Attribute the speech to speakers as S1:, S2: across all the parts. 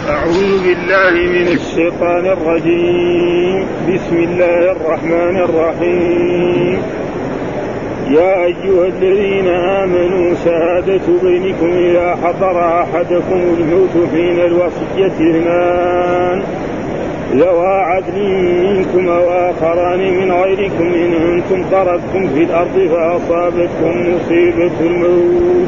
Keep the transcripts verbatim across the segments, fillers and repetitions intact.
S1: أعوذ بالله من الشيطان الرجيم. بسم الله الرحمن الرحيم. يا أيها الذين آمنوا شهادة بينكم إذا حضر أحدكم الموت حين الوصية اثنان ذوى عدل منكم وآخران من غيركم إن أنتم ضربتم في الأرض فأصابتكم مصيبة الموت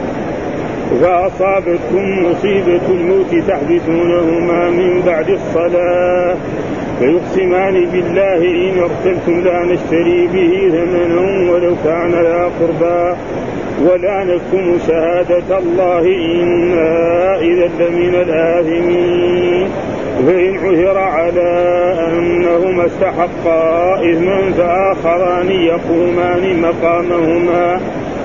S1: فأصابتكم مصيبة الموت تحبسونهما من بعد الصلاة فيقسمان بالله إن ارتبتم لا نشتري به ثمنا ولو كان ذا قربى ولا نكتم شهادة الله إنا إذا لمن الآثمين. فإن عثر على أنهما استحقا إثما فآخران يقومان مقامهما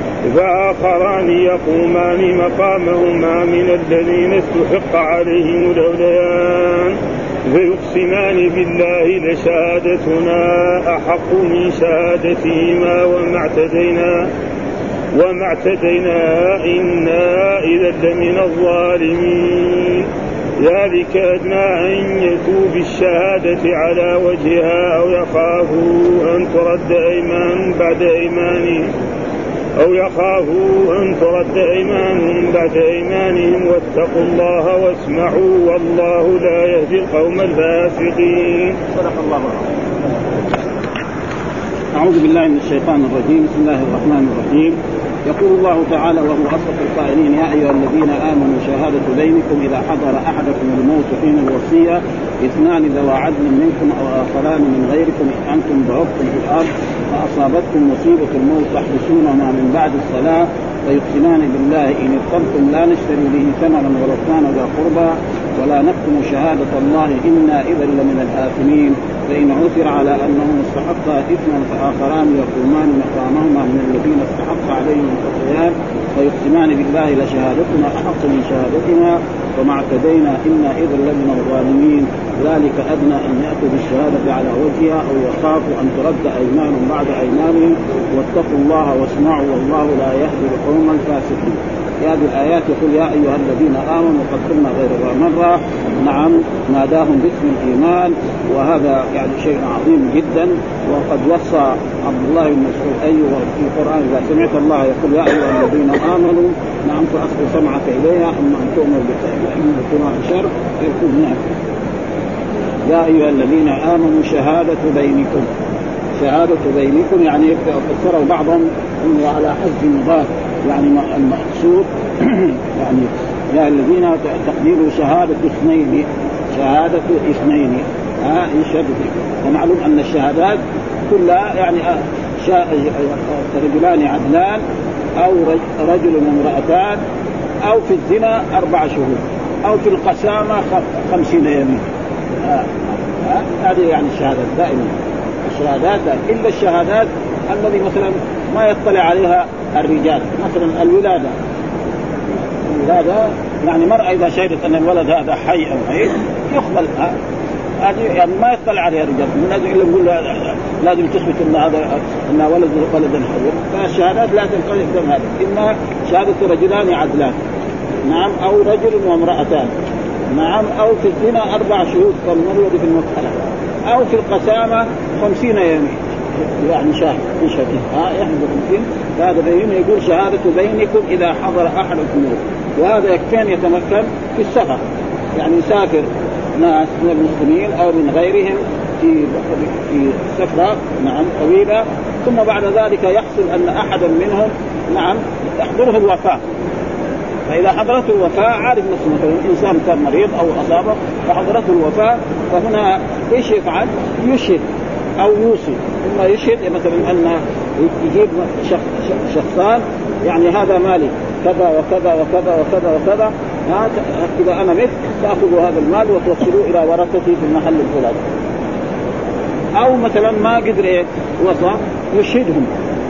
S1: فآخران يقومان مقامهما من الذين استحق عليهم الأوليان فيقسمان بالله لشهادتنا أحق من شهادتهما وما اعتدينا وما اعتدينا إنا إذا لمن الظالمين. ذلك أدنى أن يأتوا بالشهادة على وجهها أو يخافوا أن ترد أيمان بعد أيمانهم أو يخافوا أن ترد أيمان بعد أيمانهم واتقوا الله واسمعوا والله لا يهدي القوم الفاسقين.
S2: صدق الله العظيم. أعوذ بالله من الشيطان الرجيم. بسم الله الرحمن الرحيم. يقول الله تعالى وهو أصدق القائلين يا أيها الذين آمنوا شهادة بينكم إذا حضر أحدكم الموت حين الوصية اثنان ذوى عدل منكم أو آخران من غيركم إن أنتم ضربتم في الأرض فأصابتكم مصيبة الموت تحبسونهما من بعد الصلاة فيقسمان بالله إن ارتبتم لا نشتري به ثمنا ولو كان ذا قربى ولا نكتم شهادة الله إنا إذا لمن الآثمين. فإن عثر على أنه استحق إثما فآخران يقومان مقامهما من الذين استحق عليهم القتلان فيقسمان بالله لشهادتنا أحق من شهادتنا وما اعتدينا إنا إذا لمن الظالمين. ذلك أدنى أن يأتوا بالشهادة على وجهها أو يخافوا أن ترد أيمان بعد أيمانهم واتقوا الله واسمعوا والله لا يهدي القوم الفاسقين. في هذه الآيات يقول يا أيها الذين آمنوا قد قلنا غير مرة نعم ناداهم باسم الإيمان وهذا يعني شيء عظيم جدا. وقد وصى عبد الله بن مسعود أيها في القرآن إذا سمعت الله يقول يا أيها الذين آمنوا نعم فأصغ سمعك إليها أما أن تؤمر بما شر يكون نعم. يا أيها الذين آمنوا شهادة بينكم شهادة بينكم يعني فسروا بعضهم أنه على حسب المضاف يعني المقصود يعني يا الذين تقديروا شهادة اثنين شهادة اثنين ها يشهد. ومعلوم أن الشهادات كلها يعني رجلان عدلان أو رجل وامرأتان أو في الزنا أربع شهود أو في القسامة خمسين يمين. هذه يعني الشهادات دائما الشهادات إلا الشهادات الذي مثلا ما يطلع عليها الرجال مثلا الولادة الولادة يعني مرأة إذا شهدت أن الولد هذا حي أو ميت يقبل هذه يعني ما يطلع عليها الرجال من هذا إلا نقول لازم تثبت أن هذا أن ولد ولدا حي. فالشهادات لا تنقل هذا إما شهادة رجلان عدلان نعم أو رجل وامرأتان نعم أو في الزنا أربع شهود كالمريض في المسألة أو في القسامة خمسين يمين يعني شاهد يشهد ها يحدث خمسين. هذا بين يقول شهادة بينكم إذا حضر أحدكم الموت. وهذا يكفي يتمكن في السفر يعني يسافر ناس من المسلمين أو من غيرهم في في سفرة نعم طويلة ثم بعد ذلك يحصل أن أحدا منهم نعم يحضره الوفاة. فإذا حضرته الوفاة عارف نفسه مثلا إنسان كان مريض أو أصابه فحضرته الوفاة فهنا إيش يفعل؟ يشهد أو يوصي. ثم يشهد مثلا أن يجيب شخصان يعني هذا مالي كذا وكذا وكذا وكذا وكذا إذا أنا مت تأخذوا هذا المال وتوصلوه إلى ورثتي في المحل الفلاني. أو مثلا ما قدر إيه وصى يشهدهم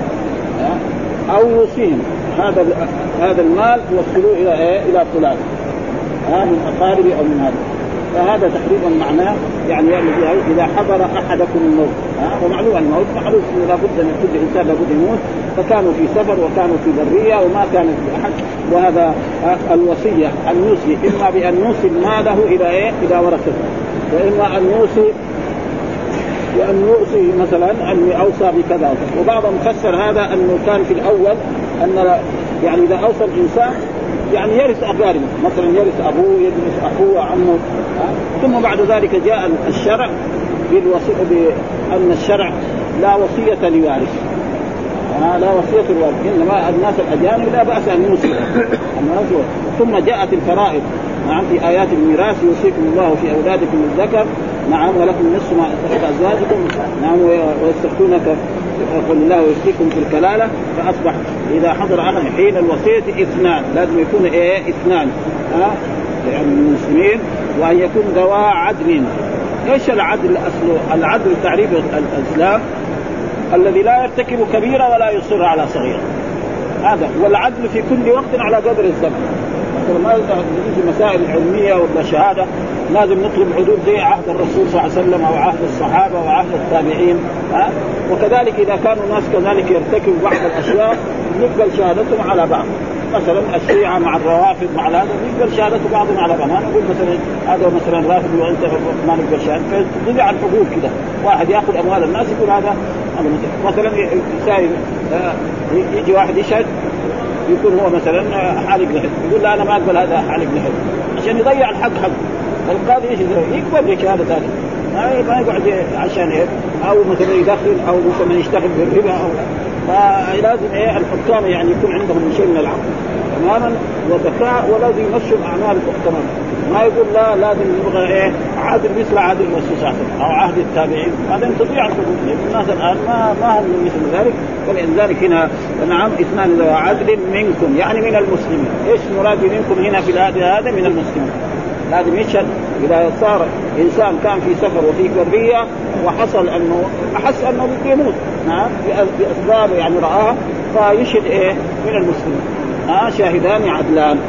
S2: أو يوصيهم هذا هذا المال توصلوه إلى إيه إلى فلان ها من أقاربي أو من هذا. فهذا تقريبا معناه يعني إذا حضر أحدكم الموت ومعلوم الموت معروف انه لابد من كل انسان لابد يموت، فكانوا في سفر وكانوا في بريه وما كانوا في احد. وهذا الوصيه ان نوصي اما بان نوصي ماله الى ايه الى ورثته، واما ان نوصي بان نوصي مثلا ان اوصى بكذا. وبعضهم فسر هذا انه كان في الاول ان يعني اذا اوصى الانسان يعني يرث أقاربه، مثلا يرث أبوه يرث أخوه عمه. ثم بعد ذلك جاء الشرع بالوصية بأن الشرع لا وصية لوارث، لا وصية لوارث، إنما الناس الأجانب لا بأس أن يوصي. ثم جاءت الفرائض نعم في آيات الميراث يوصيكم الله في أولادكم الذكر نعم ولكم نصف ما ترك أزواجكم نعم ويستفتونك قل الله يفتيكم في الكلالة. فأصبح إذا حضر أحد حين الوصية اثنان لازم يكون إيه اثنان ها يعني من المسلمين، وأن يكون ذوى عدل. إيش العدل؟ أصله العدل تعريف الإسلام الذي لا يرتكب كبيرة ولا يصر على صغيرة، هذا والعدل في كل وقت على قدر الزمن. ما في مسائل علمية ولا شهادة لازم نطلب حدود زي عهد الرسول صلى الله عليه وسلم أو عهد الصحابة وعهد التابعين ها؟ وكذلك إذا كانوا الناس كذلك يرتكبوا بعض الأشياء نقبل شهادتهم على بعض، مثلا الشيعة مع الروافض مع هذا نقبل شهادة بعضهم على بعض. نقول مثلا هذا مثلا رافض وأنت ما نقبل شهادة، فتضيع الحقوق كده. واحد يأخذ أموال الناس يقول هذا مثلا يساوي يجي واحد يشهد يكون هو مثلا حالق لحد يقول لا أنا ما أقبل هذا حالق لحد عشان يضيع الحق حق. القاضي ايش يقبل بشهادة ثانية ما يقعد عشان ايه او مثلا يدخل او مثلا يشتغل بالربا او فلازم ايه الحكام يعني يكون عندهم شيء من العقل تماما وذكاء ولازم يمشوا الاعمال تماما. ما يقول لا لازم يبغى ايه عادل مثل عادل الرسول او عهد التابعين، هذا تضيع الحقوق. الناس الان ما ما هم مثل ذلك. ولذلك هنا نعم اثنان ذو عدل منكم يعني من المسلمين. ايش مراد منكم هنا في هذا هذا من المسلمين؟ لازم يشهد إذا صار إنسان كان في سفر وفي برية وحصل أنه أحس أنه يموت نعم بأسباب يعني رآها فيشهد إيه من المسلمين آه شاهدان عدلان.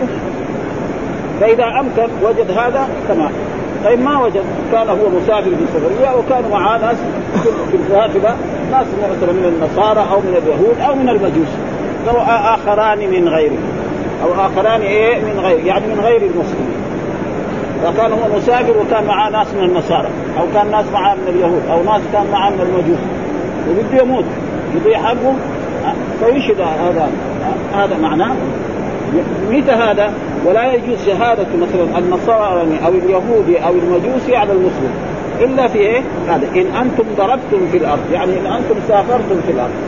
S2: فإذا أمكن وجد هذا تمام. طيب ما وجد كان هو مسافر في سفرية وكانوا معاه ناس في الرافضة ناس مثلا من النصارى أو من اليهود أو من المجوس أو آخران من غيره أو آخران إيه من غير يعني من غير المسلمين. فكان هو مسافر وكان معاه ناس من النصارى أو كان ناس معاه من اليهود أو ناس كان معاه من المجوس وبده يموت يضيع حقه فيشهد هذا هذا معناه متى هذا. ولا يجوز شهادة مثلا النصارى أو اليهودي أو المجوسي على المسلم إلا في إيه هذا إن أنتم ضربتم في الأرض يعني إن أنتم سافرتم في الأرض.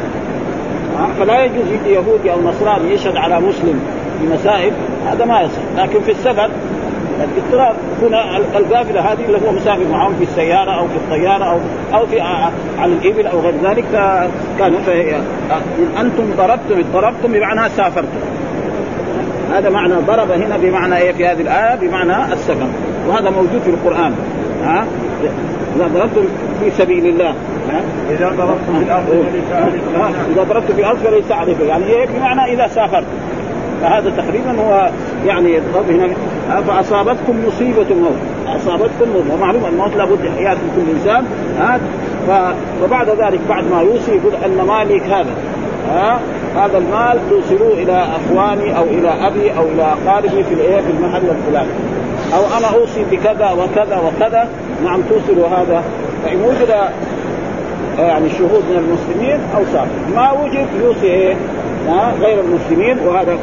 S2: فلا يجوز يهودي أو نصراني يشهد على مسلم في مسائل هذا ما يصح. لكن في السفر الاضطرار هنا القافلة هذه اللي هو مسافر معهم في السيارة أو في الطيارة أو أو في على الإبل أو غير ذلك فكانوا إن أنتم ضربتم ضربتم بمعنى سافرتم. هذا معنى ضرب هنا بمعنى إيه في هذه الآية بمعنى السفر وهذا موجود في القرآن. ها إذا ضربتم في سبيل الله ها
S1: إذا ضربتم في الأرض
S2: إذا ضربتم في الأرض فليس عليكم يعني إيه بمعنى إذا سافرت. فهذا تقريبا هو يعني هنا فأصابتكم مصيبة الموت أصابتكم موت ومعلوم الموت لابد يأتي كل إنسان ها. وبعد ذلك بعد ما يوصي يقول أن مالك هذا ها هذا المال توصلوه إلى أخواني أو إلى أبي أو إلى أقاربي في الإيه في المحل الفلاني أو أنا أوصي بكذا وكذا وكذا نعم توصلوا هذا. فإن وجد يعني شهود من المسلمين أو صار ما وجد يوصي إيه غير المسلمين. وهذا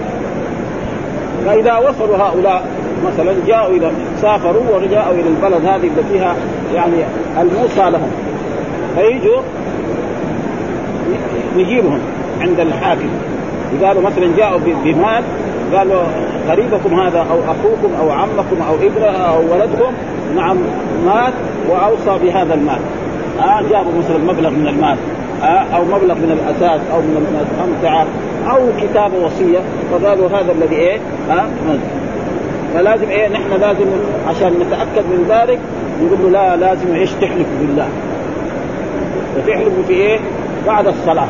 S2: فإذا وصلوا هؤلاء مثلا جاءوا إلى سافروا ورجعوا إلى البلد هذه اللي فيها يعني الموصى لهم فيجوا نجيبهم عند الحاكم. قالوا مثلا جاءوا بمال قالوا قريبكم هذا أو أخوكم أو عمكم أو ابنه أو ولدكم نعم مات وأوصى بهذا المال آه جابوا مثلا مبلغ من المال آه أو مبلغ من الأساس أو من الأمتعة أو كتاب وصية فقالوا هذا الذي إيه آه فلازم إيه نحن لازم عشان نتأكد من ذلك نقول له لا لازم إيش تحلف بالله وتحلف في إيه بعد الصلاة.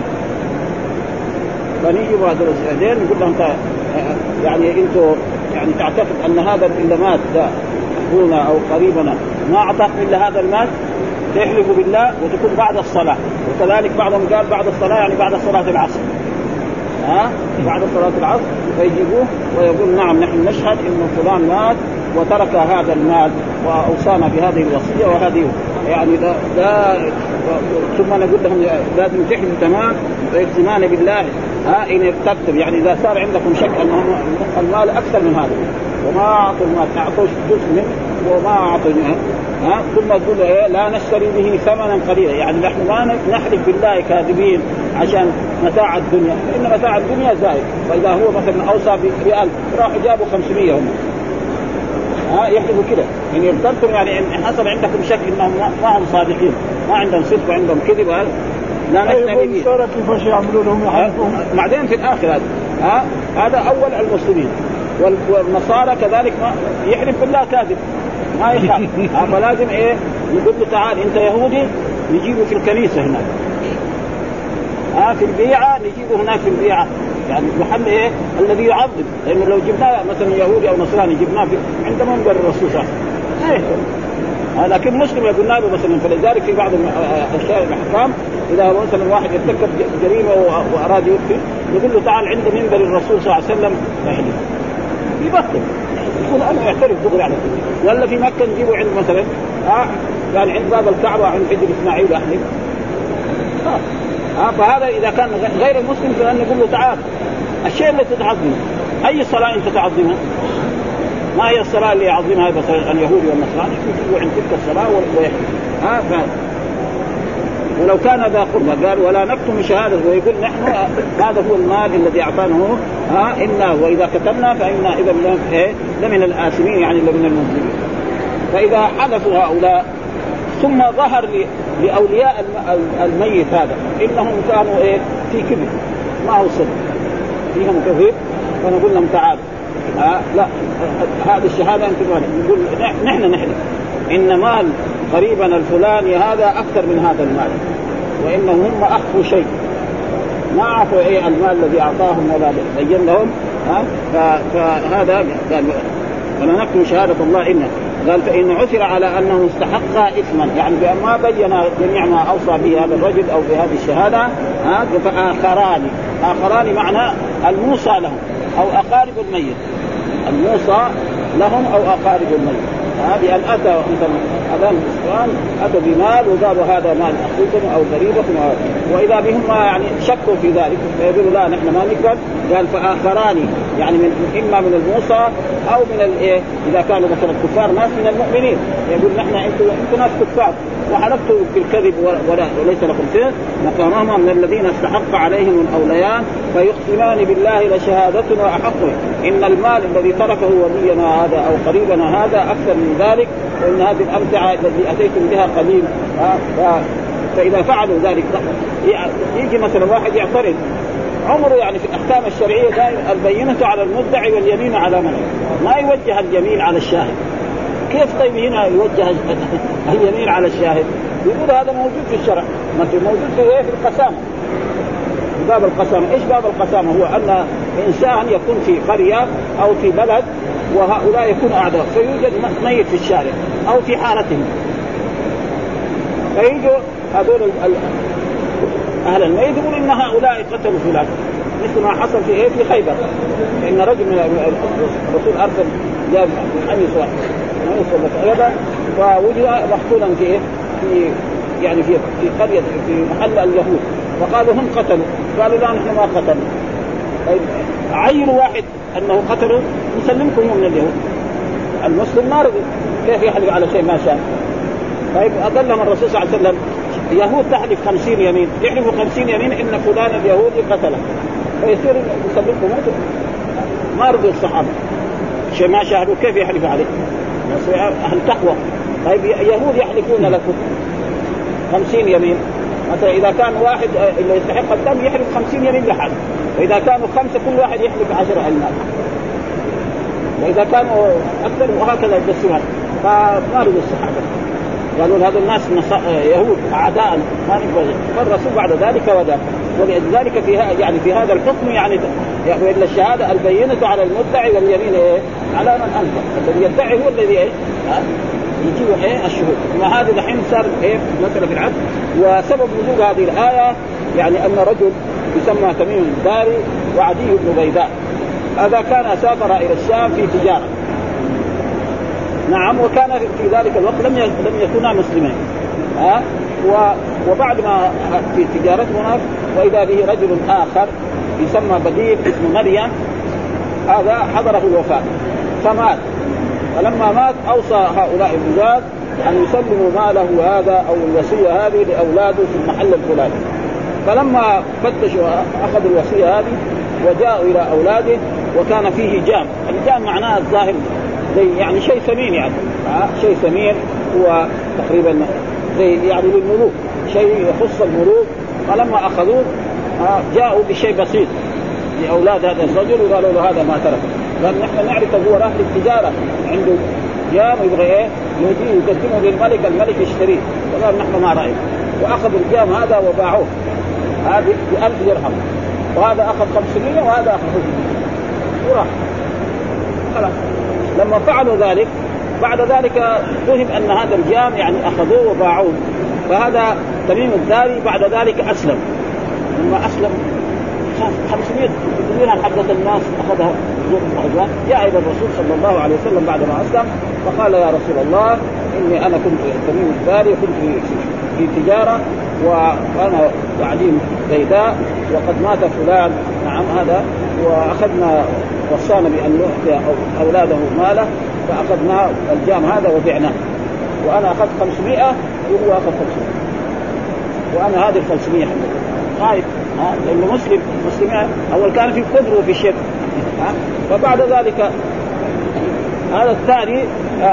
S2: فنيجي بعد الأسئلين نقول لهم يعني أنتوا يعني تعتقد أن هذا اللي مات ده أخونا أو قريبنا ما أعطاك إلا هذا المال يحلفوا بالله وتكون بعد الصلاة، وكذلك بعضهم قال بعد الصلاة يعني بعد صلاة العصر، ها بعد صلاة العصر فيجيبوه ويقول نعم نحن نشهد إن فلان مات وترك هذا المال وأوصانا بهذه الوصية وهذه يعني لا, لا ثم نقول لهم لازم تحلفوا تمام ويقسمان بالله ها إن ارتبتم، يعني إذا صار عندكم شك أن المال أكثر من هذا وما أعطوا المال أعطوا جزء منه وما أعطوا ها ثم تقول إيه لا نشتري به ثمنا قليلا، يعني نحن ما نحلف بالله كاذبين عشان متاع الدنيا، إن متاع الدنيا زائد، فإذا هو مثلا أوصى بألف راحوا جابوا خمسمية هم ها يحلفوا كده إن يرتبتم، يعني إن حصل عندكم شك إنهم ما هم صادقين ما عندهم صدق وعندهم كذب لا نشتري به.
S3: صار كيفاش يعملوا لهم يحلفون
S2: بعدين في الآخر هذا ها هذا أول المسلمين، والنصارى كذلك ما يحلف بالله كاذب ما يخاف فلازم إيه نقول له تعال أنت يهودي نجيبه في الكنيسة هناك، ها في البيعة نجيبه هناك في البيعة، يعني محل إيه الذي يعظم، لأنه لو جبناه مثلا يهودي أو نصراني جبناه عند منبر الرسول صلى الله عليه وسلم، لكن مسلم يقول له مثلا. فلذلك في بعض الأشياء الأحكام إذا مثلا واحد يرتكب جريمة وأراد يفتي يقول له تعال عند منبر الرسول صلى الله عليه وسلم يحلف يبطل يقول أنا يعترف دغري على كده، ولا في مكة نجيبه عند مثلا آه يعني عند باب الكعبة عند حجر إسماعيل يحلف آه. آه فهذا إذا كان غير المسلم فأن نقول له تعال الشيء الذي تعظمه أي صلاة أنت تعظمها، ما هي الصلاة اللي يعظمها مثلا اليهودي والنصراني يجيبوا عند تلك الصلاة ويحلف آه ف... ولو كان ذا قربى قال ولا نكتم شهادة، ويقول نحن هذا هو المال الذي أعطانه ها إنا وإذا كتمنا فإنا إذا من إيه لمن الآثمين يعني لمن المظلمين. فإذا حدثوا هؤلاء ثم ظهر لأولياء الميت هذا إنهم كانوا إيه في كذب ما هو صدق فيهم كذب، فنقول لهم تعالوا آه لا هذه الشهادة أنتم نقول نحن نحلف إن مال قريبنا الفلاني هذا أكثر من هذا المال، وإنهم هم أخفوا شيء ما أعطوا إيه المال الذي أعطاهم ولا بين لهم ها فهذا قال ولا نكتم شهادة الله إنه قال فإن عثر على أنه استحق إثما، يعني بأن ما بين جميع ما أوصى به هذا الرجل أو بهذه الشهادة ها فآخران آخران معنى الموصى لهم أو أقارب الميت، الموصى لهم أو أقارب الميت هذه أن أتى مثلا أذان الإسلام أتى بمال وقالوا هذا مال أخوكم أو قريبكم وإذا بهم يعني شكوا في ذلك فيقولوا لا نحن ما نقبل. قال فآخران يعني من إما من الموصى أو من الإيه إذا كانوا مثلا كفار ناس من المؤمنين يقول نحن أنتم أنتم ناس كفار وحلفتوا بالكذب ولا وليس لكم فيه مقامهم من الذين استحق عليهم الأوليان فيقسمان بالله لشهادتنا أحقه إن المال الذي تركه ولينا هذا أو قريبنا هذا أكثر من ذلك، وإن هذه الأمتعة التي أتيتم بها قليل. فإذا فعلوا ذلك يجي مثلا واحد يعترض عمره يعني في الأحكام الشرعية دائما البينة على المدعي واليمين على من ما يوجه اليمين على الشاهد. كيف طيب هنا يوجه اليمين على الشاهد؟ يقول هذا موجود في الشرع مثل موجود في ايه في القسامة في باب القسامة. ايش باب القسامة؟ هو أن إنسان يكون في قرية أو في بلد وهؤلاء يكون أعداء فيوجد ميت في الشارع أو في حارتهم فيجوا هذول أهل الميت يقول إن هؤلاء قتلوا فلان مثل ما حصل في إيه في خيبر إن رجل من الرسول أرسل جاب أميس واحد أميس وقت فوجد مقتولا في إيه في يعني في في قرية في محل اليهود فقالوا هم قتلوا قالوا لا نحن ما قتلوا. طيب عينوا واحد أنه قتلوا نسلمكم من اليهود المسلم ما رضي كيف يحلف على شيء ما شاء. طيب أضلهم الرسول صلى الله عليه وسلم يهود تحلف خمسين يمين يحلفوا خمسين يمين إن فلان اليهودي قتله فيصير يسلمكم ما رضي الصحابة شيء ما شاهدوا كيف يحلف عليه أهل تقوى. طيب يهود يحلفون لكم خمسين يمين مثلا إذا كان واحد اللي يستحق الدم يحلف خمسين يمين لحد وإذا كانوا خمسة كل واحد يحلف عشر أيمان وإذا كانوا أكثر وهكذا يقسمون فما رضي الصحابة قالوا هذا الناس يهود أعداء ما نقبل. فالرسول بعد ذلك وذا ولذلك في يعني في هذا الحكم يعني إلا الشهادة البينة على المدعي واليمين إيه على من أنكر. الذي يدعي هو الذي إيه يجيب إيه الشهود. وهذه دحين صار ايه مثلا في العدل. وسبب نزول هذه الآية يعني أن رجل يسمى تميم الداري وعدي بن بيداء، هذا كان سافر إلى الشام في تجارة. نعم، وكان في ذلك الوقت لم لم يكونا مسلمين. ها أه؟ وبعد ما في تجارته هناك وإذا به رجل آخر يسمى بديل اسمه مريم، هذا حضره الوفاة فمات. فلما مات أوصى هؤلاء الرجال أن يسلموا ماله هذا أو الوصية هذه لأولاده في المحل الفلاني. فلما فتشوا أخذوا الوصية هذه وجاءوا إلى أولاده وكان فيه جام. الجام معناه الظاهر زي يعني شيء ثمين، يعني آه شيء ثمين هو تقريبا زي يعني للملوك، شيء يخص الملوك. فلما أخذوه آه جاءوا بشيء بسيط لأولاد هذا الرجل وقالوا له هذا ما ترك، لأن نحن نعرف هو راح للتجارة عنده جام يبغى إيه يهديه يقدمه للملك، الملك يشتريه، فقال نحن ما رأينا. وأخذوا الجام هذا وباعوه هذه بألف درهم، وهذا أخذ خمسمية وهذا أخذ خمسمية وراح خلاص. لما فعلوا ذلك بعد ذلك فهم أن هذا الجام يعني أخذوه وباعوه. فهذا تميم الداري بعد ذلك أسلم. لما أسلم خمسمية درهم حقت الناس أخذها جاء إلى الرسول صلى الله عليه وسلم بعد ما أسلم فقال يا رسول الله إني أنا كنت تميم الداري كنت في, في تجارة وأنا وعديم بيداء وقد مات فلان. نعم هذا وأخذنا وصانا بأن نؤتي أولاده ماله فأخذنا الجام هذا وبعناه، وأنا أخذت خمسمائة وهو أخذ خمسمائة وأنا هذه الخمسمائة خايف ها لأنه مسلم مسلمين أول كان في كفر وفي شرك. فبعد ذلك هذا الثاني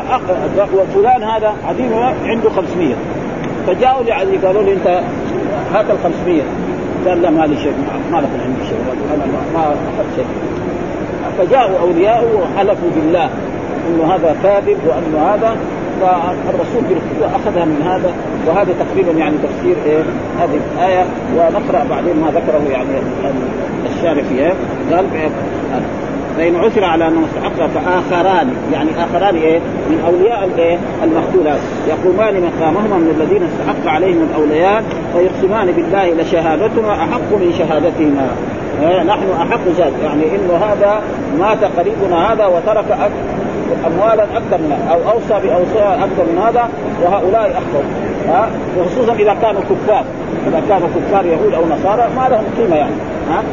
S2: وفلان هذا عديم عنده خمسمائة فجاءوا لعدي قالوا لي أنت هات الخمسمائة، قال لا ما لي شيء ما لكم عندي شيء أنا ما أخذت شيء. فجاءوا أولياءه وحلفوا بالله إنه هذا كاذب وأنه هذا، فالرسول بالخطوة أخذها من هذا. وهذا تقريبا يعني تفسير إيه هذه الآية. ونقرأ بعدين ما ذكره يعني الشارح فيها. قال فإن عثر على أنه استحق فآخران يعني آخران إيه من أولياء الإيه المقتولات يقومان مقامهما من الذين استحق عليهم الأولياء ويقسمان بالله لشهادتنا أحق من شهادتهما. نحن أحق ذات يعني إنه هذا مات قريبنا هذا وترك أموالا أكثر منها أو أوصى بأوصاء أكثر من هذا وهؤلاء أخطأوا. ها وخصوصا إذا كانوا كفار، إذا كانوا كفار يهود أو نصارى ما لهم قيمة يعني. ها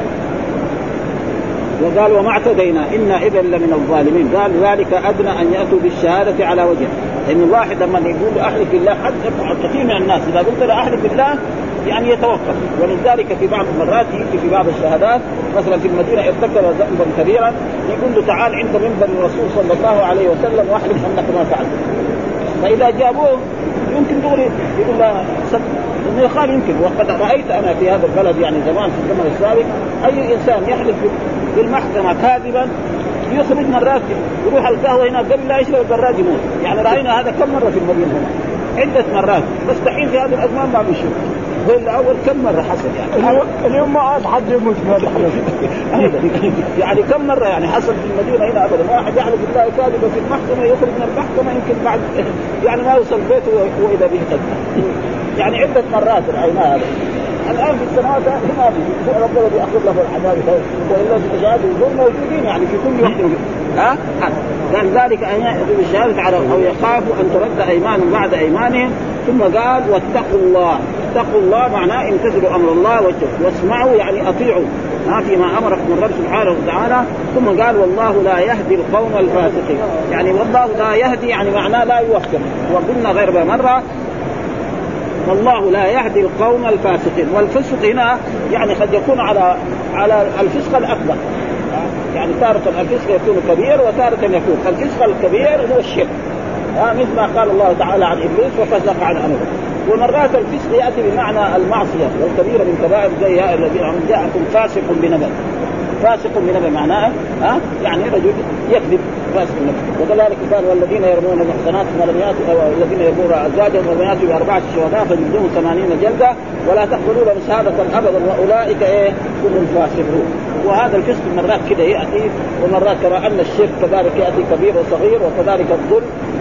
S2: وقال وما اعتدينا إنا إذا لمن الظالمين. قال ذلك أدنى أن يأتوا بالشهادة على وجه. إن الواحد لما يقول أحلف بالله حتى كثير من الناس إذا قلت له أحلف بالله يعني يتوقف. ولذلك في بعض المرات يجي في بعض الشهادات مثلا في المدينة ارتكب ذنبا كبيرا يقول له تعال عند منبر الرسول صلى الله عليه وسلم واحلف أنك ما فعلت. فإذا جابوه يمكن تقول يقول لا صدق إنه يخال يمكن. وقد رأيت أنا في هذا البلد يعني زمان في الزمن السابق أي إنسان يحلف بالمحكمة كاذبا يخرج مرات يروح القهوة هنا قبل لا يشرب البراد يموت. يعني رأينا هذا كم مرة في المدينة هنا عدة مرات. بس دحين في هذه الأزمان ما بيشوف هو الأول كم مرة حصل يعني
S3: اليوم ما عاد حد يموت
S2: يعني كم مرة يعني حصل في المدينة هنا أبدا واحد يحلف بالله كاذبا في المحكمة يخرج من المحكمة يمكن بعد يعني ما يوصل بيته وإذا به قد يعني عدة مرات رأينا هذا. الآن في السنوات هنا ربنا بيأخذ له العذاب وإلا الشهادة يقول موجودين يعني في كل وقت. ها قال ذلك أن يأتوا بالشهادة على أو يخافوا أن ترد أيمان بعد أيمانهم. ثم قال واتقوا الله. اتقوا الله معناه امتثلوا أمر الله واسمعوا يعني أطيعوا فيما أمركم الرب سبحانه وتعالى. ثم قال والله لا يهدي القوم الفاسقين. يعني والله لا يهدي يعني معناه لا يوفق. وقلنا غير مرة والله لا يهدي القوم الفاسقين. والفسق هنا يعني قد يكون على على الفسق الأكبر. يعني تارة الفسق يكون كبير وتارة يكون الفسق الكبير هو الشرك مثل ما قال الله تعالى عن إبليس وفسق عن أمره. ومرات الفسق يأتي بمعنى المعصية والكبيرة من كبائر زي الذين جاءكم فاسق بنبأ. فاسق بنبأ معناه ها يعني رجل يكذب فاسق بنبأ. وكذلك قال والذين يرمون المحصنات ولم يأتوا أو الذين يرمون أزواجهم ولم يأتوا بأربعة شهداء فجلدوهم ثمانين جلدة ولا تقبلوا لهم شهادة أبدا وأولئك إيه كلهم فاسقون. وهذا الفسق مرات كده يأتي ومرات كما أن الشرك كذلك يأتي كبير وصغير وكذلك الظلم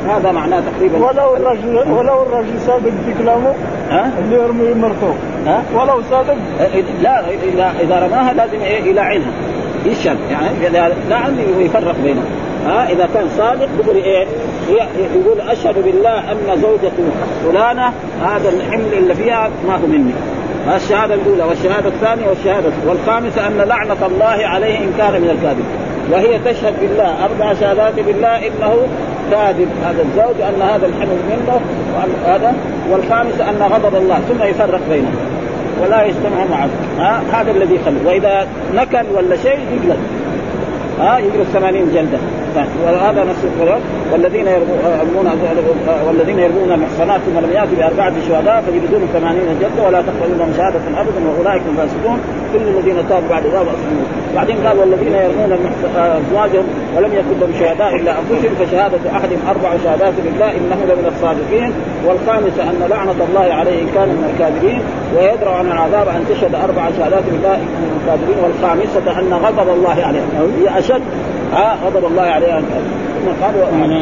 S2: هذا معناه تقريبا.
S3: ولو الرجل ولو الرجل صادق في كلامه
S2: ها
S3: اللي يرمي مرته
S2: ها
S3: ولو صادق
S2: لا اذا اذا رماها لازم ايه الى عينها يشهد يعني اذا نعم يفرق بينهم. ها اذا كان صادق بيقول ايه يقول اشهد بالله ان زوجته فلانه هذا الحمل اللي فيها ما هو مني. الشهاده الاولى والشهاده الثانيه والشهاده والخامسه ان لعنه الله عليه ان كان من الكاذب. وهي تشهد بالله اربع شهادات بالله انه كاذب هذا الزوج ان هذا الحمل منه هذا. والخامسه ان غضب الله ثم يفرق بينهم ولا يجتمع معه. ها هذا الذي يخلي. واذا نكل ولا شيء يجلد ها يجلد ثمانين جلده. وهذا نفس القرآن والذين يرمون والذين يرمون المحصنات ثم لم يأتوا بأربعة شهداء فيجلدون ثمانين جلدة ولا تقبلون لهم شهادة أبدا وأولئك هم الفاسقون كل الذين تابوا بعد ذلك وأصلحوا. بعدين قال والذين يرمون أزواجهم ولم يكن لهم شهداء إلا أنفسهم فشهادة أحدهم أربع شهادات بالله إنه لمن الصادقين. والخامسة أن لعنة الله عليه إن كان من الكاذبين ويدرأ عن العذاب أن تشهد أربع شهادات بالله إنه من الكاذبين. والخامسة أن غضب الله عليه هي أشد ها غضب الله عليها. ثم قالوا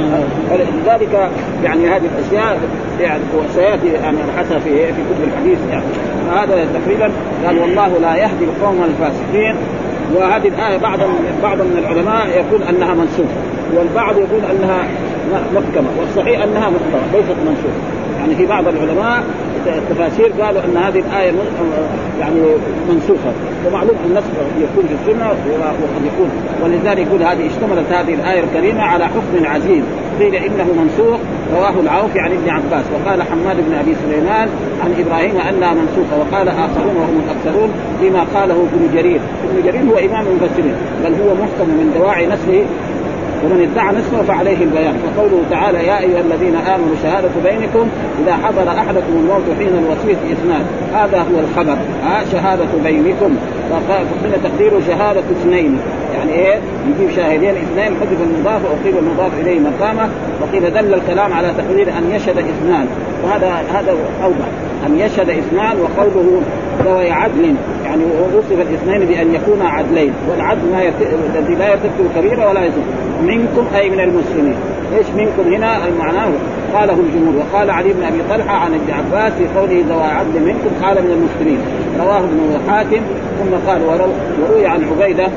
S2: لذلك يعني هذه الاشياء يعني سياتي يعني حتى في في كتب الحديث يعني هذا تقريبا قال والله لا يهدي القوم الفاسقين. وهذه الآية بعض بعض من العلماء يقول أنها منسوخة والبعض يقول أنها محكمة والصحيح أنها محكمة ليست منسوخة. يعني في بعض العلماء التفاسير قالوا أن هذه الآية يعني منسوخة ومعلوم النسخ يكون في السنة وقد يكون. ولذلك يقول هذه اشتملت هذه الآية الكريمة على حكم عزيز قيل إنه منسوخ رواه العوفي عن ابن عباس وقال حماد بن أبي سليمان عن إبراهيم أنها منسوخة وقال آخرون وهم الأكثرون بما قاله ابن جرير. ابن جرير هو إمام المفسرين بل هو محكم من دواعي نسله ومن ادعى نسله فعليه البيان. فقوله تعالى يا أيها الذين آمنوا شهادة بينكم إذا حضر أحدكم الموت حين الوصية اثنان هذا هو الخبر ها شهادة بينكم. فقيل تقديره شهادة اثنين يعني إيه يجيب شاهدين اثنين حذف المضاف وأقيم المضاف إليه مقامه. وقيل دل الكلام على تقدير أن يشهد اثنان وهذا هذا أوضح أن يشهد اثنان. وقوله ذوي عدل يعني وصف الاثنين بأن يكونا عدلين والعدل ما الذي لا يرتكب كبيرة ولا يزول منكم أي من المسلمين. إيش منكم هنا المعنى قاله الجمهور. وقال علي بن أبي طلحة عن ابن عباس في قوله ذوي عدل منكم قال من المسلمين رواه ابن حاتم. ثم قال وروي عن عبيدة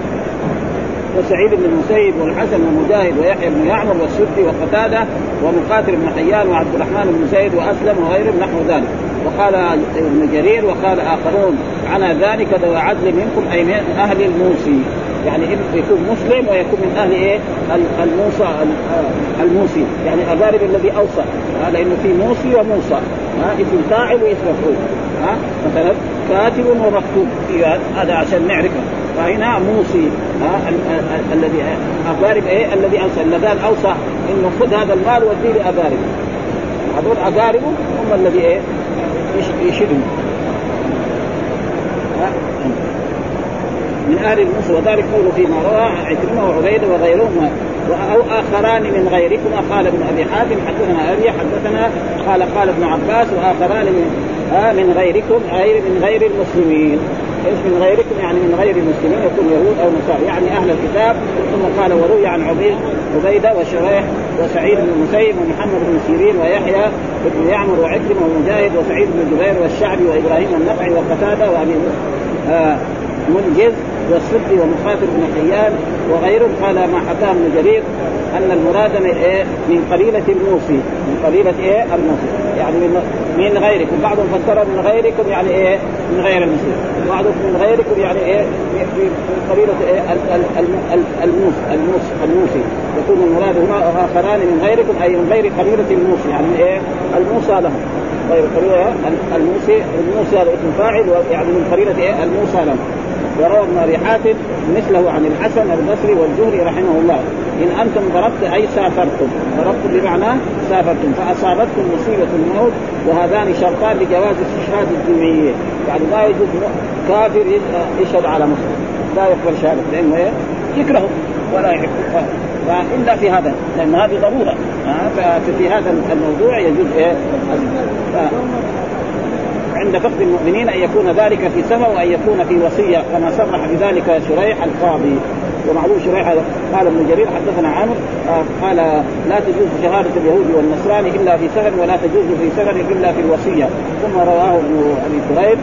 S2: وسعيد بن المسيب والحسن ومجاهد ويحيى بن يعمر والسدي وقتادة ومقاتل بن حيان وعبد الرحمن بن زيد وأسلم وغيرهم نحو ذلك. وقال ابن جرير وقال آخرون عن ذلك ذو عدل منكم أي من أهل الموصي يعني يكون مسلم ويكون من أهل إيه الموصى الموصي يعني أقارب الذي أوصى لأنه في موصي وموصى اسم فاعل واسم مفعول ها مثلا كاتب ومكتوب هذا عشان نعرفه. فهنا موصي الذي أقارب إيه الذي أوصى الذي أوصى إنه خذ هذا المال وديه لأقاربه هذول أقاربه هم الذي إيه يشيلهم من أهل الموصى. وذلك قوله فيما روى عكرمة وعبيدة وغيرهم أو آخران من غيركم. قال ابن أبي حاتم حدثنا أبي حدثنا قال قال ابن عباس وآخران من آه من غيركم غير من غير المسلمين. ايش من غيركم يعني من غير المسلمين يكون يهود او نصارى يعني اهل الكتاب. ثم قال وروي عن عبيد عبيده وشريح وسعيد بن المسيب ومحمد بن سيرين ويحيى بن يعمر وعكرمه ومجاهد وسعيد بن جبير والشعبي وابراهيم النخعي وقتاده وابي آه منجز والسدي ومخاطر بن حيان وغيرهم. قال ما حكاه ابن جرير ان المراد من ايه من قبيله الموصي من قبيله ايه الموصي يعني من, من غيركم. بعضهم فسر من غيركم يعني ايه من غير المسلمين بعضهم من غيركم يعني ايه في قبيله ايه الموص الموص الموصي يكون المراد هنا اخران من غيركم اي من غير قبيله الموصي يعني ايه الموصى لهم غير قبيله الموصي الموصي هذا اسم فاعل يعني من قبيله ايه الموصى لهم. وروى ابن أبي حاتم مثله عن الحسن البصري والزهري رحمه الله إن أنتم ضربت أي سافرتم ضربتم بمعنى سافرتم فأصابتكم مصيبة الموت وهذان شرطان لجواز استشهاد الذميين يعني لا يجوز كافر يشهد على مسلم لا يقبل شهادة لأنه يكره ولا يحب فإلا في هذا لأن هذه ضرورة ففي هذا الموضوع يجوز إيه عند فقد المؤمنين أن يكون ذلك في سماء وأن يكون في وصية كما صرح بذلك شريح القاضي ومعلوم شريح قال ابن جرير حدثنا عامر قال لا تجوز شهادة اليهود والنصراني إلا في سفر ولا تجوز في سفر إلا في الوصية. ثم رواه ابن أبي كريب.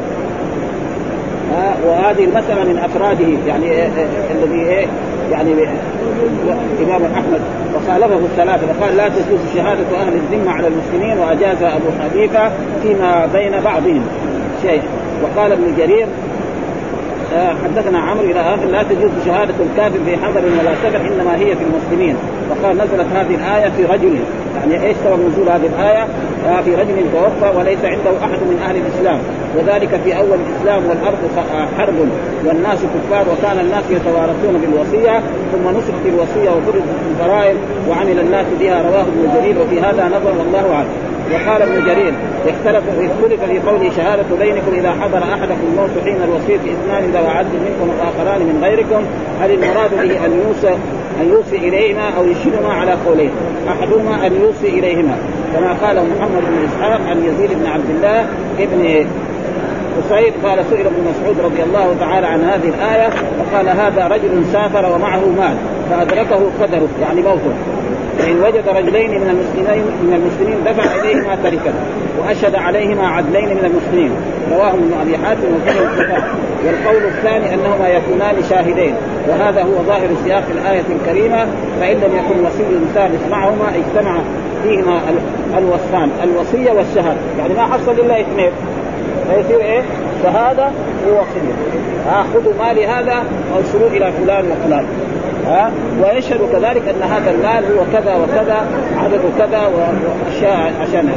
S2: وهذه المسألة من أفراده يعني الذي يعني إمام أحمد وخالفه الثلاثة وقال لا تجوز شهادة أهل الذمة على المسلمين، وأجاز أبو حنيفة فيما بين بعضهم شيء. وقال ابن جرير حدثنا عمرو إلى آخر لا تجوز شهادة الكافر في حضر ولا سفر إنما هي في المسلمين. وقال نزلت هذه الآية في رجل، يعني إيش سبب نزول هذه الآية؟ في رجل توفى وليس عنده أحد من أهل الإسلام، وذلك في أول الإسلام والأرض حرب والناس كفار وكان الناس يتوارثون بالوصية ثم نسخت الوصية وفرضت الفرائض وعمل الناس بها. رواه ابن جرير وفي هذا نظر والله أعلم. وقال ابن جرير اختلف اختلف في قوله شهادة بينكم إذا حضر أحدكم الموت حين الوصية اثنان ذو عدل منكم وآخران من غيركم، هل المراد به أن يوصي أن يوصي إليهما أو يشيرهما على قولين؟ أحدهما أن يوصي إليهما كما قال محمد بن إسحاق عن يزيد بن عبد الله ابن قصيد قال سئل ابن مسعود رضي الله تعالى عن هذه الآية فقال هذا رجل سافر ومعه مال فأدركه قدره يعني موته، فإن وجد رجلين من المسلمين من المسلمين دفع إليهما تركة وأشهد عليهما عدلين من المسلمين. رواه ابن أبي حاتم وفيه الكفاء. والقول الثاني أنهما يكونان شاهدين، وهذا هو ظاهر سياق الآية الكريمة، فإن لم يكن وصي ثالث معهما اجتمع فيهما الوصفان الوصية والشهادة، يعني ما حصل إلا اثنين فيصير إيه؟ شهادة ووصية. خذوا مالي هذا وارسلوه إلى فلان وفلان، ها ويشهد كذلك أن هذا المال هو كذا وكذا عدد كذا وأشياء عشان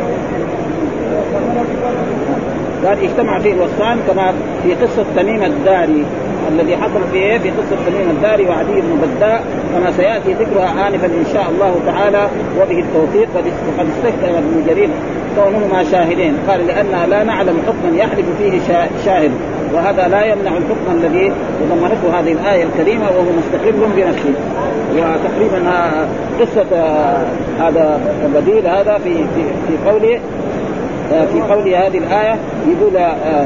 S2: قال اجتمع فيه الوصفان كما في قصة تميم الداري الذي حصل فيه في قصة تميم الداري وعدي بن بداء كما سيأتي ذكرها آنفا إن شاء الله تعالى وبه التوفيق. وقد استخدم ابن جرير كونهما شاهدين قال لأننا لا نعلم حكما يحلف فيه شاهد، وهذا لا يمنع الحكم الذي يضمنته هذه الآية الكريمة وهو مستقل بنفسه. وتقريبا قصة هذا البديل هذا في في في قوله في قوله هذه الآية يقول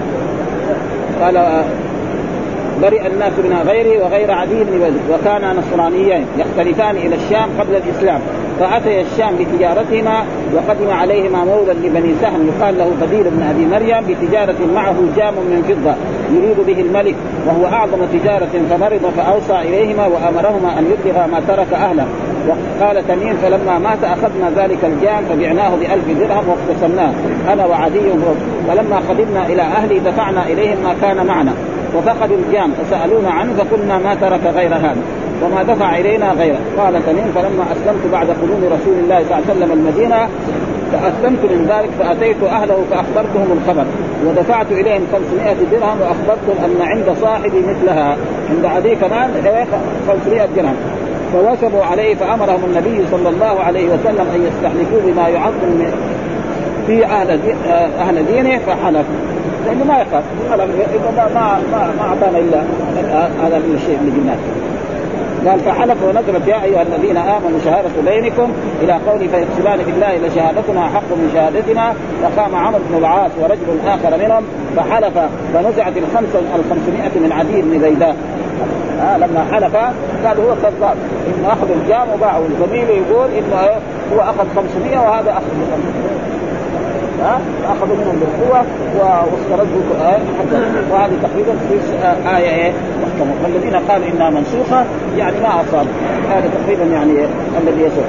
S2: قال برئ الناس من غيره وغير عدي بن بدر وكانا نصرانيين يختلفان إلى الشام قبل الإسلام، فأتي الشام بتجارتهما وقدم عليهما مولى لبني سهم يقال له بديل بن أبي مريم بتجارة معه جام من فضة يريد به الملك وهو أعظم تجارة، فمرض فأوصى إليهما وأمرهما أن يبلغ ما ترك أهله. وقال تميم فلما مات أخذنا ذلك الجام فبعناه بألف درهم واقتسمناه أنا وعدي، فلما قدمنا إلى أهلي دفعنا إليهم ما كان معنا وفقدوا الجام فسألونا عنه فقلنا ما ترك غير هذا وما دفع إلينا غيره. قال تميم فلما أسلمت بعد قدوم رسول الله صلى الله عليه وسلم المدينة فأسلمت من ذلك فأتيت أهله فأخبرتهم الخبر ودفعت إليهم خمسمائة درهم وأخبرتهم أن عند صاحبي مثلها عند عدي كمان خمسمائة درهم، فوثبوا عليه فأمرهم النبي صلى الله عليه وسلم أن يستحلفوا بما يعظم في أهل, دي أهل دينه فحلفوا لأنه ما يخاف ما ما ما أعطانا إلا هذا الشيء اللي جبناه. قال فحلف ونزلت يا أيها الذين آمنوا شهادة بينكم إلى قوله فيقسمان بالله لشهادتنا حق من شهادتنا. وقام عمرو بن العاص ورجل آخر منهم فحلف فنزعت الخمسة الخمسمائة من عدي بن بيداء. آه لما حلف قال هو كذاب إنه أخذ الجام وباعه، الزميل يقول إنه هو أخذ خمسمائة وهذا أخذ خمسمائة، ها أخذوا منهم بالقوة واستردوا آه وهذه تقريبا في آية إيه محكمة. والذين قالوا إنها منسوخة يعني ما أصاب هذا تقريبا يعني الذي يسوع.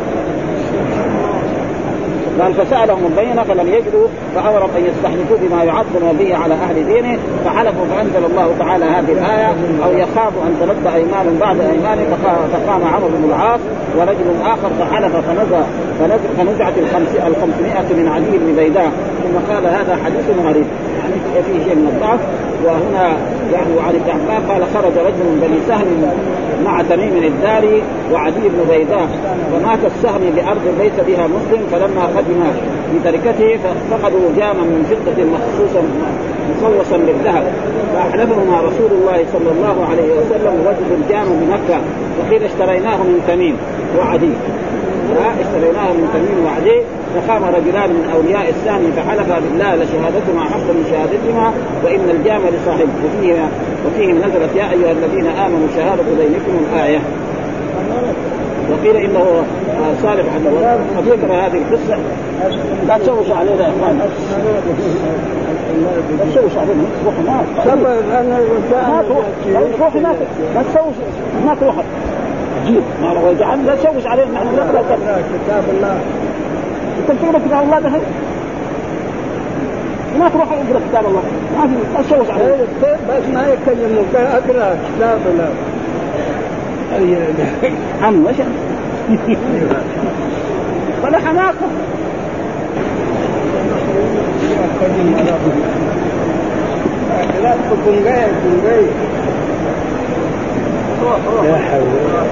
S2: قال فسألهم البينة فلم يجدوا فأمرهم أن يستحلفوا بما يعظم به على أهل دينه فحلفوا فأنزل الله تعالى هذه الآية أو يخافوا أن ترد أيمان بعد أيمان. فقام عمرو بن العاص ورجل آخر فحلف فنزع فنزعت الخمسمائة من علي بن بيداء. ثم قال هذا حديث غريب يعني فيه شيء من الضعف. وهنا يعني عن الأحباب قال خرج رجل من بني سهم مع تميم الداري وعدي بن بيداء ومات السهم بأرض ليس بها مسلم، فلما قدم بتركته ففقدوا جاما من فضة مخصوصا مصوصا بالذهب فأحلفهما رسول الله صلى الله عليه وسلم وجدوا الجام بمكة وقيل اشتريناه من تميم وعدي اشتريناها من تميم وعدي. فقام رجلان من أولياء الثاني فحلفا بالله لشهادتهما حق من شهادتهما وإن الجام لصاحب. وفيه وفيهم نزلت يا أيها الذين آمنوا شهادة بينكم الآية. وقيل إنه صالح عن الله. فذكر هذه القصة. لا تشوش علينا يا إخوان، لا تشوش علينا. روح هناك، ما تروح تروح هناك، ما تشوش ما تروح جيب ما هو يجعل. لا تشوش علينا، نحن نقرأ كتاب الله. أنت تقرأ كتاب الله ده ما تروح اقرأ كتاب الله، ما في تشوش علينا.
S3: بس ما يكلمك اقرأ كتاب الله.
S2: عم وش ولا حماقة.
S3: لا تكون جاي تكون جاي يا حول.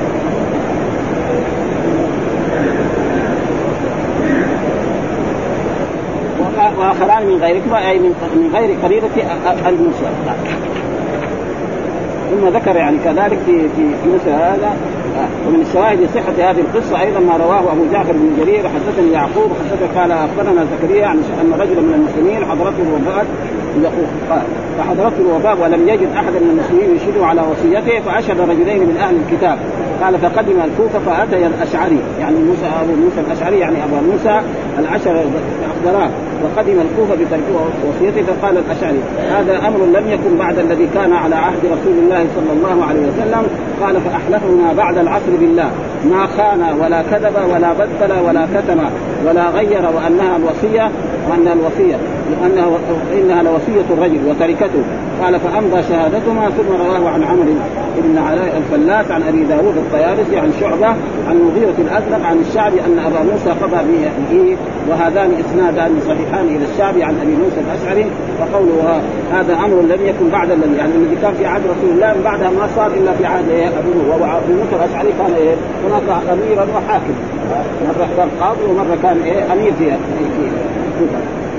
S2: وآخران من غيركما أي من غير قريبة الموسى. ثم ذكر يعني كذلك في في موسى هذا. ومن الشواهد صحة هذه القصة أيضا ما رواه أبو جعفر بن جرير حدثني يعقوب حدث قال أخبرنا زكريا عن أن رجلا من المسلمين حضرته الوفاة فحضرته الوفاة ولم يجد أحد من المسلمين يشهد على وصيته فأشهد رجلين من أهل الكتاب. قال فقدم الكوفة فأتي الأشعري يعني موسى أبو موسى الأشعري يعني أبو موسى العشر أخبراه وقدم الكوفة بترك وصيته. فقال الأشعري هذا أمر لم يكن بعد الذي كان على عهد رسول الله صلى الله عليه وسلم. قال فأحلفنا بعد العصر بالله ما خان ولا كذب ولا بدل ولا كتم ولا غير وأنها الوصية وأنها الوصية لأنها إنها لوصية الرجل وتركته. قال فأمضى شهادتهما. ثم رواه عن عمرو بن علاء الفلاس عن أبي داود الطيالسي عن شعبة عن مغيرة الأزرق عن الشعبي أن أبا موسى قضى به. وهذان إسنادان صحيحان إلى الشعبي عن أبي موسى الأشعري. وقوله هذا أمر لم يكن بعد الذي يعني الذي كان في عهد رسول الله من بعدها ما صار إلا في عهد أبوه. وأبو موسى الأشعري كان إيه هناك أميرا وحاكم، مرة كان قاضي ومرة كان إيه أمير في كوفة.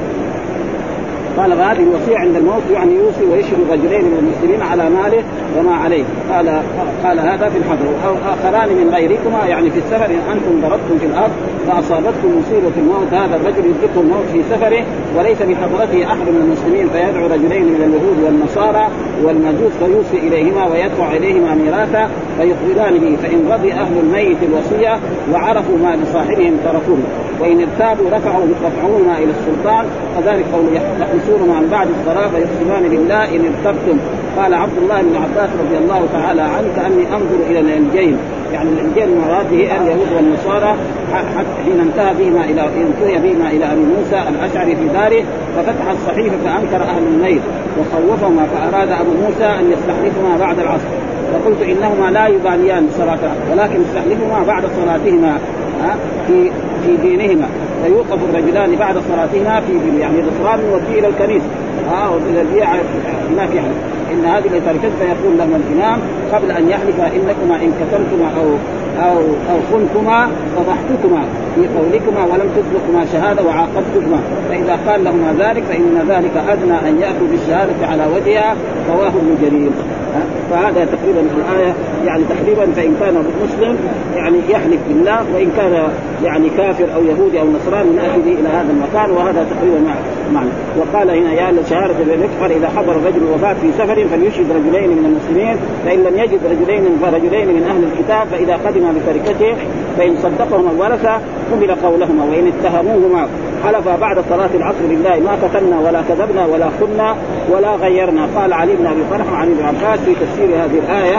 S2: قال هذه الوصية عند الموت يعني يوصي ويشهد رجلين من المسلمين على ماله وما عليه. قال قال هذا في الحضر. أو آخران من غيركما يعني في السفر إن أنتم ضربتم في الأرض فأصابتكم مصيبة الموت هذا الرجل يدركه الموت في سفره وليس بحضرته أحد من المسلمين فيدعو رجلين من اليهود والنصارى والمجوس فيوصي إليهما ويدفع إليهما ميراثا فيقبلان به. فإن رضي أهل الميت الوصية وعرفوا ما لصاحبهم تركوه وإن ارتابوا رفعوا رفعوهما إلى السلطان. فذلك قول يحبسونهما عن بعد الصلاة فيقسمان بالله إن ارتبتم. قال عبد الله بن عباس رضي الله تعالى عنه كأني أنظر إلى الإنجيل يعني الإنجيل مراده اليهود والنصارى حين انتهى بهما إلى انتهى بهما إلى أبي موسى الأشعري في داره ففتح الصحيفة فأنكر أهل الميت وخوفهما فأراد أبو موسى أن يستحلفهما بعد العصر. فقلت إنهما لا يباليان صلاة ولكن استحلفهما بعد صلاتهما في في دينهما فيوقف الرجلان بعد صلاتهما في يعني الإصرار وفي إلى الكنيسة ها والذي هناك يعني إن هذه التركات فيقول لهم الإمام قبل أن يحلف إنكما إن كتمتما أو أو أو خنتما فضحتكما في قولكما ولم تطلقما شهادة وعاقبتكما. فإذا قال لهما ذلك فإن ذلك أدنى أن يأتوا بالشهادة على وجهها رواه ابن جرير. فهذا تقريبا الآية يعني تقريبا فإن كان مسلم يعني يحلف بالله وإن كان يعني كافر أو يهودي أو نصراني نأتي به إلى هذا المكان وهذا تقريبا معنى. وقال هنا يا شهادة بالنكفر إذا حضر الرجل الوفاة في سفر فليشهد رجلين من المسلمين فإن لم يجد رجلين فرجلين من أهل الكتاب فإذا قدم بتركته فإن صدقهما الورثة قبل قولهما وإن اتهموهما حلفا بعد صلاة العصر بالله ما قتلنا ولا كذبنا ولا خنا ولا غيرنا. قال علي بن أبي طلحة عن ابن عباس في تفسير هذه الآية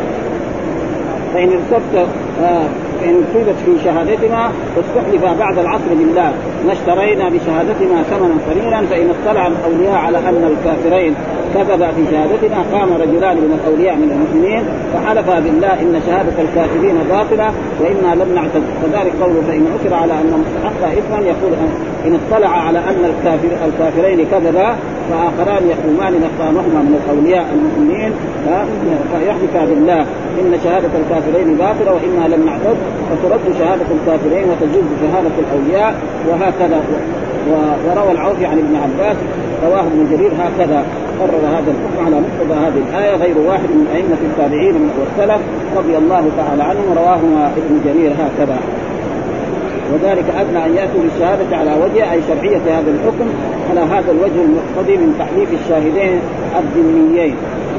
S2: فإن ارتبت آه إن ارتبت في شهادتنا واستحلفا بعد العصر بالله ما اشترينا بشهادتنا ثمنا قليلا فإن اطلع الأولياء على أن الكافرين كذب في شهادتنا قام رجلان من الأولياء من المسلمين فحلفا بالله إن شهادة الكافرين باطلة وإنا لم نعتد. فذلك قوله فإن عثر على أن مستحق إثما يقول إن اطلع على أن الكافر الكافرين كذبا فآخران يقومان مقامهما من الأولياء المؤمنين فيحلفا بالله إن شهادة الكافرين باطلة وإنا لم نعتد فترد شهادة الكافرين وتجوز شهادة الأولياء وهكذا. وروى العوفي عن ابن عباس رواه ابن جرير هكذا قرر هذا الحكم على مقتضى هذه الآية غير واحد من أئمة التابعين والسلف رضي الله تعالى عنهم، رواهما ابن جرير هكذا. وذلك أدنى أن يأتوا بالشهادة على وجه أي شرعية هذا الحكم على هذا الوجه المقتضي من تحليف الشاهدين الذميين.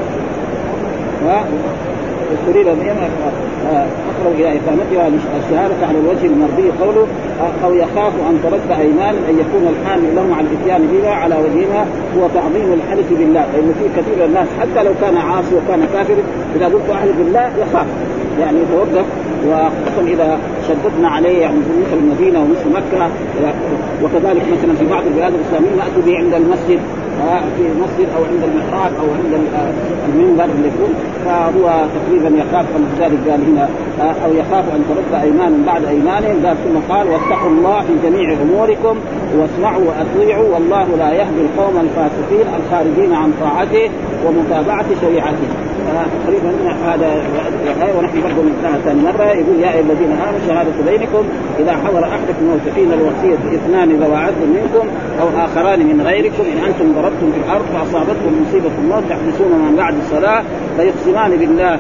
S2: وتريد بهم أقرب إلى إقامتها الشهادة على الوجه المرضي قوله أو يخاف أن ترد أيمان أن يكون الحامل لهم على الإتيان بها على وجهها هو تعظيم الحلف بالله، لأن في كثير من الناس حتى لو كان عاصي وكان كافر إذا قلت أحلف بالله يخاف يعني يتوقف، وخصوصا إذا شددنا عليه يعني في مثل المدينة ومثل مكة. وكذلك مثلا في بعض البلاد الإسلامية نأتي به عند المسجد في المسجد أو عند المحراب أو عند المنبر اللي يكون، فهو تقريبا يخاف. فلذلك قال هنا أو يخاف أن ترد أيمان بعد أيمانهم، قال ثم قال واتقوا الله في جميع أموركم واسمعوا وأطيعوا والله لا يهدي القوم الفاسقين الخارجين عن طاعته ومتابعة شريعته. تقريبا هذا. ونحن برضو من ثاني مرة يقول يا أيها الذين آمنوا شهادة بينكم إذا حضر أحدكم الموت حين الوصية اثنان ذوى عدل منكم أو آخران من غيركم إن أنتم ضربتم في الأرض فأصابتكم مصيبة الموت تحدثون من بعد الصلاة فيقسمان بالله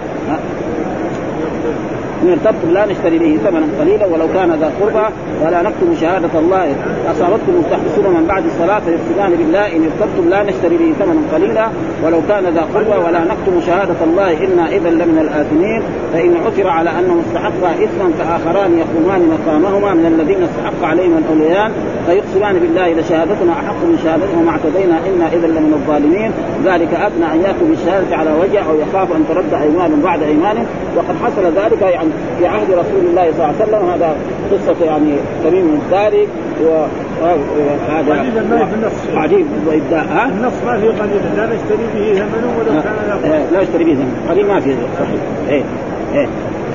S2: إن ارتبتم لا نشتري به ثمنا قليلا ولو كان ذا قربى ولا نكتم شهادة الله أصابتكم تحبسون من بعد الصلاة فيقسمان بالله إن ارتبتم لا نشتري به ثمنا قليلا ولو كان ذا قربى ولا نكتم شهادة الله إنا إذا لمن الآثمين فإن عثر على أنه استحق إثما فآخران يقومان مقامهما من الذين استحق عليهم الأوليان فيقسمان بالله إذا شهادتنا أحق من شهادتهم ما اعتدينا إنا إذا لمن الظالمين ذلك أدنى أن يأتوا بالشهادة على وجه أو يخاف أن ترد أيمان بعد أيمان. وقد حصل ذلك يعني في عهد رسول الله صلى الله عليه وسلم. هذا قصة يعني تميم الداري وهذا عجيب وإبداء ها
S1: النص ما في قليل لا نشتري به ثمن ولو كان
S2: لا نشتري به ثمن قليل ما في صحيح إيه إيه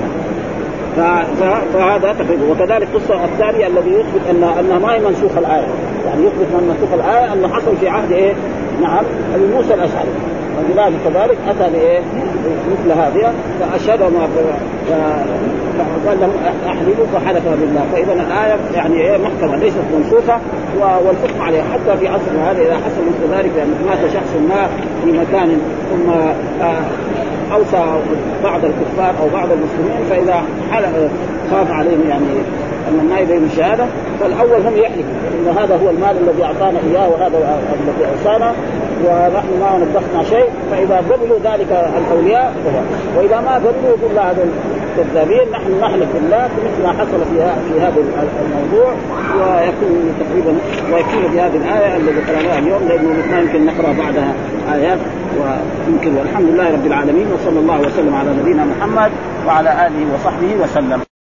S2: فهذا تقريبا. وكذلك قصة الثانية الذي يثبت أن أنها ما هي منسوخ الآية، يعني يثبت من منسوخ الآية أنه حصل في عهد إيه نعم موسى الأشعري ولذلك كذلك أتى بإيه مثل هذه فأشهد ما فقال لهم أحللوا فحلف بالله. فإذا الآية يعني إيه محكمة ليست منسوخة والحكم عليها حتى في عصرنا هذا إذا حصل مثل ذلك يعني مات شخص ما في مكان ثم أوصى بعض الكفار أو بعض المسلمين فإذا خاف عليهم يعني أن ما يبين الشهادة فالأول هم يحلفوا إن هذا هو المال الذي أعطانا إياه وهذا الذي أوصانا ونحن ما نبخنا شيء. فإذا قبلوا ذلك الأولياء وإذا ما قبلوا يقول لا هذا الكذابين نحن نحلف بالله مثل ما حصل في في هذا الموضوع. ويكون تقريبا ويكون بهذه الآية التي قرأناها اليوم لأنه ما يمكن نقرأ بعدها آيات ويمكن. والحمد لله رب العالمين وصلى الله وسلم على نبينا محمد وعلى آله وصحبه وسلم.